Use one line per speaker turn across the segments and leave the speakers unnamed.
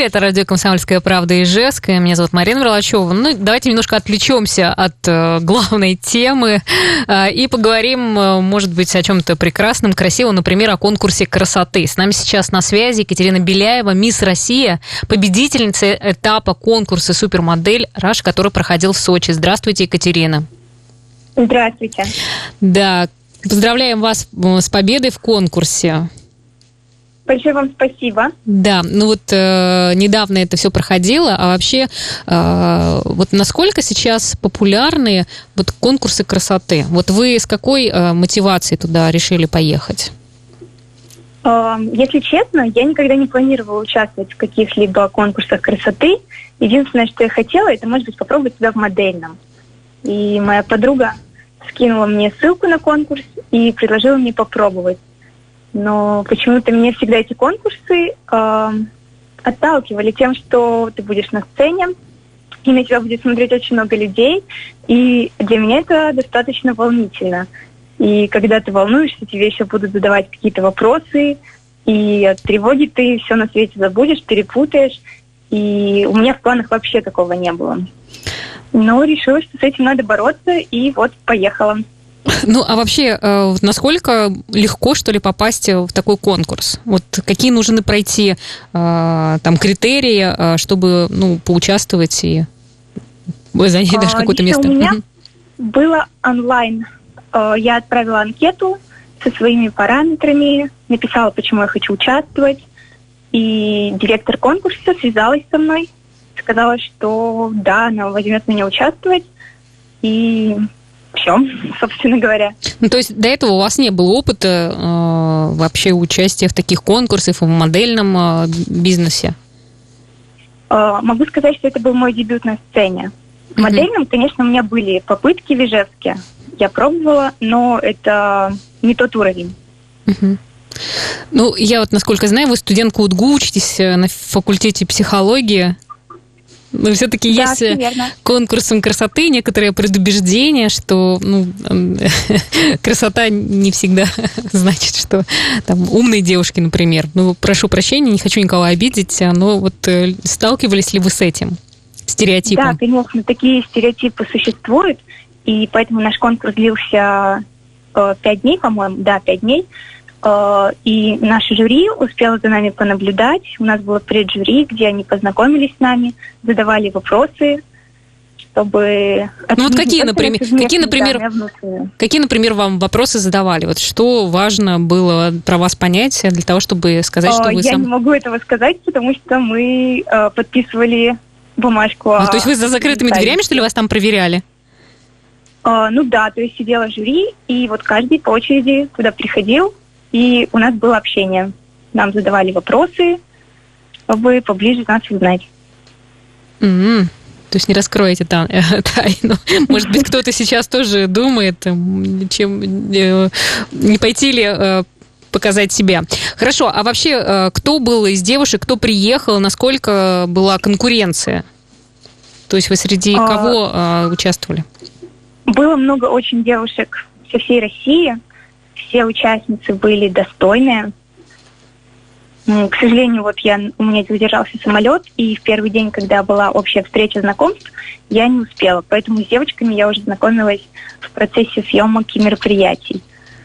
эфире. Это радио «Комсомольская правда» Ижевск. Меня зовут Марина Вралачева. Ну, давайте немножко отвлечемся от главной темы и поговорим, может быть, о чем-то прекрасном, красивом, например, о конкурсе красоты. С нами сейчас на связи Екатерина Беляева, мисс Россия, победительница этапа конкурса «Супермодель Раш», который проходил в Сочи. Здравствуйте, Екатерина.
Здравствуйте.
Да, поздравляем вас с победой в конкурсе.
Большое вам спасибо.
Да, ну вот недавно это все проходило, а вообще вот насколько сейчас популярны вот конкурсы красоты? Вот вы с какой мотивацией туда решили поехать?
Если честно, я никогда не планировала участвовать в каких-либо конкурсах красоты. Единственное, что я хотела, это, может быть, попробовать себя в модельном. И моя подруга скинула мне ссылку на конкурс и предложила мне попробовать. Но почему-то меня всегда эти конкурсы отталкивали тем, что ты будешь на сцене, и на тебя будет смотреть очень много людей, и для меня это достаточно волнительно. И когда ты волнуешься, тебе еще будут задавать какие-то вопросы, и от тревоги ты все на свете забудешь, перепутаешь, и у меня в планах вообще такого не было. Но решила, что с этим надо бороться, и вот поехала.
Ну, а вообще, насколько легко, что ли, попасть в такой конкурс? Вот какие нужно пройти там критерии, чтобы, ну, поучаствовать и занять даже какое-то место?
У меня было онлайн. Я отправила анкету со своими параметрами, написала, почему я хочу участвовать, и директор конкурса связалась со мной, сказала, что да, она возьмет меня участвовать, и все, собственно говоря.
Ну, то есть до этого у вас не было опыта вообще участия в таких конкурсах, в модельном бизнесе?
Могу сказать, что это был мой дебют на сцене. В модельном, конечно, у меня были попытки в Ижевске. Я пробовала, но это не тот уровень.
Ну, я вот, насколько знаю, вы студентка УДГУ, учитесь на факультете психологии. Но все-таки да, есть конкурсом красоты некоторое предубеждение, что красота не всегда значит, что там умные девушки, например. Ну, прошу прощения, не хочу никого обидеть, но вот сталкивались ли вы с этим стереотипом?
Да, конечно, такие стереотипы существуют, и поэтому наш конкурс длился 5 дней, по-моему, да, 5 дней. И наше жюри успело за нами понаблюдать. У нас было преджюри, где они познакомились с нами, задавали вопросы, чтобы...
Ну вот какие, например, вам вопросы задавали? Вот что важно было про вас понять для того, чтобы сказать, что вы
Я не могу этого сказать, потому что мы подписывали бумажку.
Ну, то есть вы за закрытыми дверями, что ли, вас там проверяли?
Ну да, то есть сидело жюри, и вот каждый по очереди туда приходил, и у нас было общение. Нам задавали вопросы, чтобы поближе нас узнать.
То есть не раскроете тайну. Может быть, кто-то сейчас тоже думает, чем не пойти ли показать себя. Хорошо, а вообще, кто был из девушек, кто приехал, насколько была конкуренция? То есть вы среди кого участвовали?
Было много очень девушек со всей России. Все участницы были достойные. К сожалению, вот у меня задержался самолет, и в первый день, когда была общая встреча знакомств, я не успела. Поэтому с девочками я уже знакомилась в процессе съемок и мероприятий.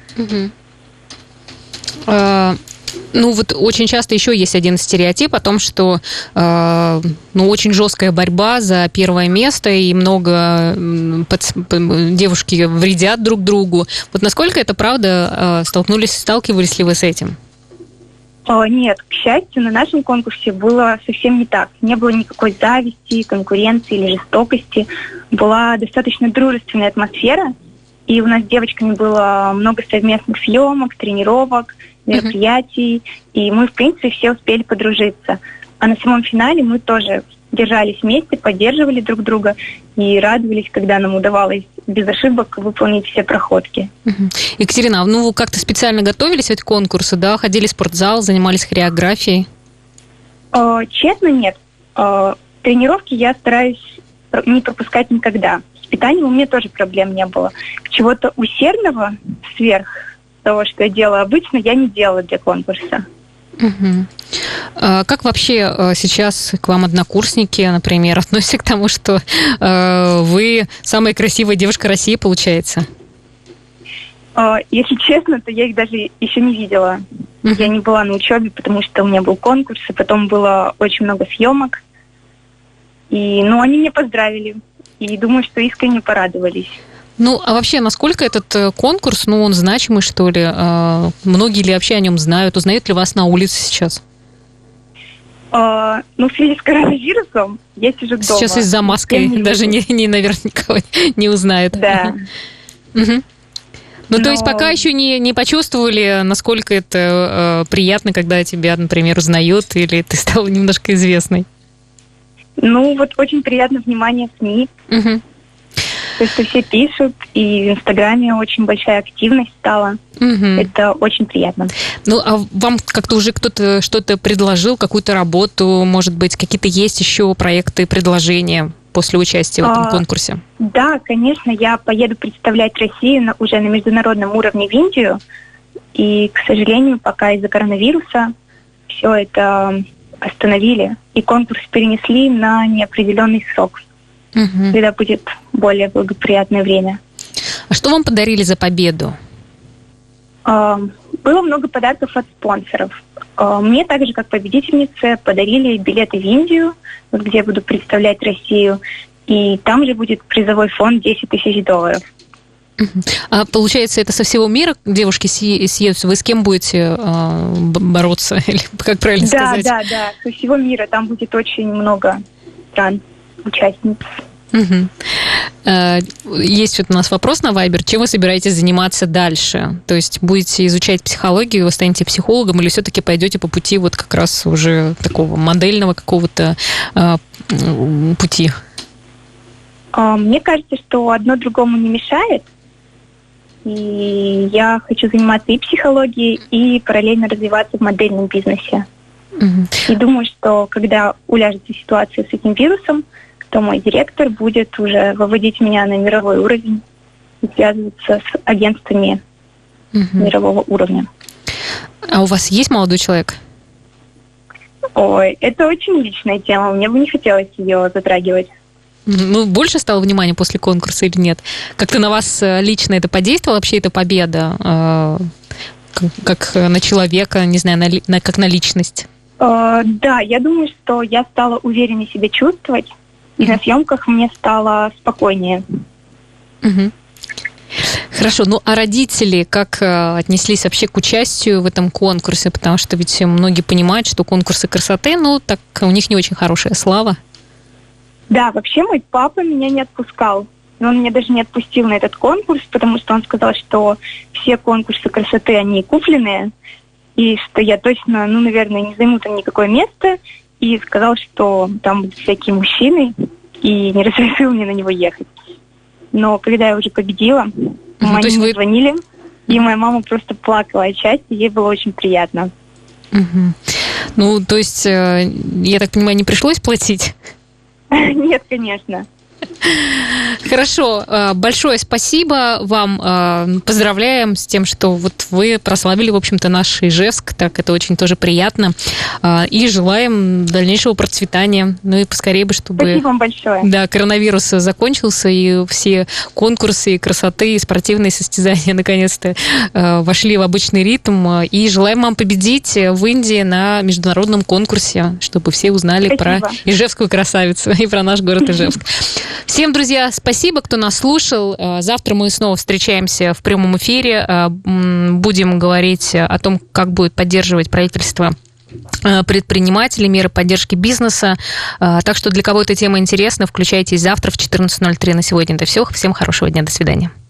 Ну, вот очень часто еще есть один стереотип о том, что очень жесткая борьба за первое место, и много девушки вредят друг другу. Вот насколько это правда? Сталкивались ли вы с этим?
Нет, к счастью, на нашем конкурсе было совсем не так. Не было никакой зависти, конкуренции или жестокости. Была достаточно дружественная атмосфера, и у нас с девочками было много совместных съемок, тренировок, мероприятий, и мы, в принципе, все успели подружиться. А на самом финале мы тоже держались вместе, поддерживали друг друга и радовались, когда нам удавалось без ошибок выполнить все проходки.
Екатерина, вы как-то специально готовились к конкурсу, да? Ходили в спортзал, занимались хореографией?
Честно, нет. Тренировки я стараюсь не пропускать никогда. С питанием у меня тоже проблем не было. Чего-то усердного сверх того, что я делаю обычно, я не делала для конкурса.
Угу. Как вообще сейчас к вам однокурсники, например, относятся к тому, что вы самая красивая девушка России, получается?
Если честно, то я их даже еще не видела. Я не была на учебе, потому что у меня был конкурс, и потом было очень много съемок. И, они меня поздравили. И думаю, что искренне порадовались.
А вообще, насколько этот конкурс, он значимый, что ли? Многие ли вообще о нем знают? Узнают ли вас на улице сейчас?
В связи с коронавирусом я сижу дома.
Сейчас из-за маски даже наверняка не узнают.
Да.
То есть пока еще не почувствовали, насколько это приятно, когда тебя, например, узнают, или ты стала немножко известной?
Очень приятно внимание СМИ. То есть все пишут, и в Инстаграме очень большая активность стала. Это очень приятно.
А вам как-то уже кто-то что-то предложил, какую-то работу, может быть, какие-то есть еще проекты, предложения после участия в этом конкурсе?
Да, конечно, я поеду представлять Россию уже на международном уровне в Индию. И, к сожалению, пока из-за коронавируса все это остановили. И конкурс перенесли на неопределенный срок. Когда будет более благоприятное время.
А что вам подарили за победу?
Было много подарков от спонсоров. Мне также, как победительнице, подарили билеты в Индию, где я буду представлять Россию. И там же будет призовой фонд $10 тысяч.
А получается, это со всего мира девушки съедутся? Вы с кем будете бороться? Или как правильно сказать?
Да, со всего мира. Там будет очень много стран, участниц.
Есть у нас вопрос на Viber. Чем вы собираетесь заниматься дальше? То есть будете изучать психологию, вы станете психологом, или все-таки пойдете по пути как раз уже такого модельного какого-то пути?
Мне кажется, что одно другому не мешает. И я хочу заниматься и психологией, и параллельно развиваться в модельном бизнесе. И думаю, что когда уляжется ситуация с этим вирусом, то мой директор будет уже выводить меня на мировой уровень и связываться с агентствами мирового уровня.
А у вас есть молодой человек?
Ой, это очень личная тема. Мне бы не хотелось ее затрагивать.
Больше стало внимания после конкурса или нет? Как-то на вас лично это подействовало, вообще эта победа? Как на человека, не знаю, как на личность?
Да, я думаю, что я стала увереннее себя чувствовать. И на съемках мне стало спокойнее.
Хорошо, а родители как отнеслись вообще к участию в этом конкурсе? Потому что ведь многие понимают, что конкурсы красоты, так у них не очень хорошая слава.
Да, вообще мой папа меня не отпускал. Он меня даже не отпустил на этот конкурс, потому что он сказал, что все конкурсы красоты, они купленные, и что я точно, наверное, не займу там никакое место. И сказал, что там будут всякие мужчины, и не разрешил мне на него ехать. Но когда я уже победила, они мне звонили, и моя мама просто плакала от счастья, ей было очень приятно.
То есть, я так понимаю, не пришлось платить?
Нет, конечно.
Хорошо, большое спасибо вам, поздравляем с тем, что вы прославили, в общем-то, наш Ижевск, так это очень тоже приятно, и желаем дальнейшего процветания, и поскорее бы, чтобы...
Спасибо вам большое.
Да, коронавирус закончился, и все конкурсы, и красоты, и спортивные состязания наконец-то вошли в обычный ритм, и желаем вам победить в Индии на международном конкурсе, чтобы все узнали про ижевскую красавицу и про наш город Ижевск. Всем, друзья, спасибо, кто нас слушал. Завтра мы снова встречаемся в прямом эфире. Будем говорить о том, как будет поддерживать правительство предпринимателей, меры поддержки бизнеса. Так что для кого эта тема интересна, включайтесь завтра в 14:03. На сегодня это все. Всем хорошего дня. До свидания.